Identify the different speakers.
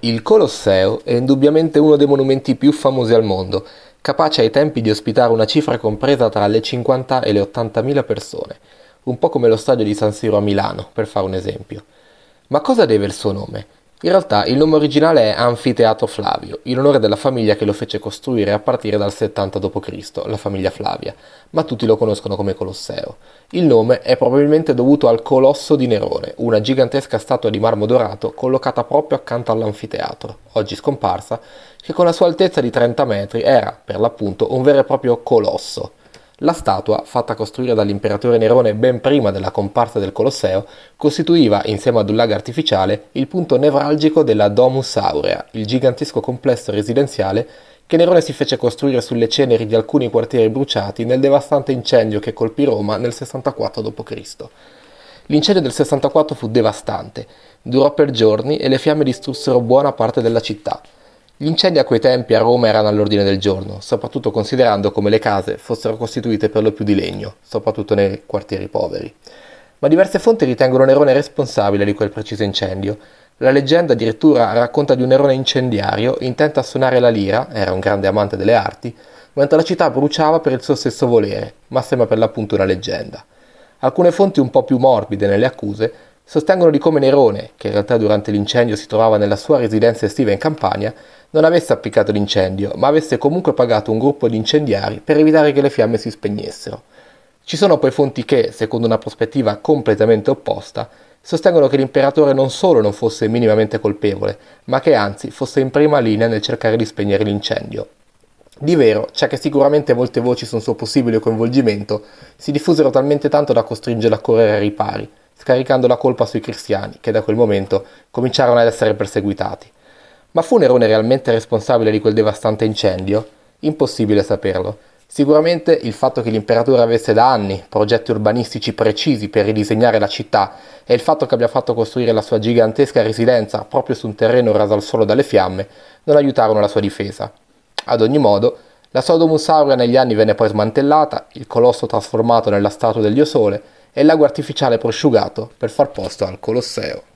Speaker 1: Il Colosseo è indubbiamente uno dei monumenti più famosi al mondo, capace ai tempi di ospitare una cifra compresa tra le 50 e le 80.000 persone, un po' come lo stadio di San Siro a Milano, per fare un esempio. Ma cosa deve il suo nome? In realtà il nome originale è Anfiteatro Flavio, in onore della famiglia che lo fece costruire a partire dal 70 d.C., la famiglia Flavia, ma tutti lo conoscono come Colosseo. Il nome è probabilmente dovuto al Colosso di Nerone, una gigantesca statua di marmo dorato collocata proprio accanto all'anfiteatro, oggi scomparsa, che con la sua altezza di 30 metri era, per l'appunto, un vero e proprio colosso. La statua, fatta costruire dall'imperatore Nerone ben prima della comparsa del Colosseo, costituiva, insieme ad un lago artificiale, il punto nevralgico della Domus Aurea, il gigantesco complesso residenziale che Nerone si fece costruire sulle ceneri di alcuni quartieri bruciati nel devastante incendio che colpì Roma nel 64 d.C. L'incendio del 64 fu devastante, durò per giorni e le fiamme distrussero buona parte della città. Gli incendi a quei tempi a Roma erano all'ordine del giorno, soprattutto considerando come le case fossero costituite per lo più di legno, soprattutto nei quartieri poveri. Ma diverse fonti ritengono Nerone responsabile di quel preciso incendio. La leggenda addirittura racconta di un Nerone incendiario intento a suonare la lira, era un grande amante delle arti, mentre la città bruciava per il suo stesso volere, ma sembra per l'appunto una leggenda. Alcune fonti un po' più morbide nelle accuse sostengono di come Nerone, che in realtà durante l'incendio si trovava nella sua residenza estiva in Campania, non avesse appiccato l'incendio, ma avesse comunque pagato un gruppo di incendiari per evitare che le fiamme si spegnessero. Ci sono poi fonti che, secondo una prospettiva completamente opposta, sostengono che l'imperatore non solo non fosse minimamente colpevole, ma che anzi fosse in prima linea nel cercare di spegnere l'incendio. Di vero, c'è che sicuramente molte voci su un suo possibile coinvolgimento si diffusero talmente tanto da costringerlo a correre ai ripari, scaricando la colpa sui cristiani, che da quel momento cominciarono ad essere perseguitati. Ma fu Nerone realmente responsabile di quel devastante incendio? Impossibile saperlo. Sicuramente il fatto che l'imperatore avesse da anni progetti urbanistici precisi per ridisegnare la città e il fatto che abbia fatto costruire la sua gigantesca residenza proprio su un terreno raso al suolo dalle fiamme non aiutarono la sua difesa. Ad ogni modo, la sua Domus Aurea negli anni venne poi smantellata, il colosso trasformato nella statua del dio Sole e il lago artificiale prosciugato per far posto al Colosseo.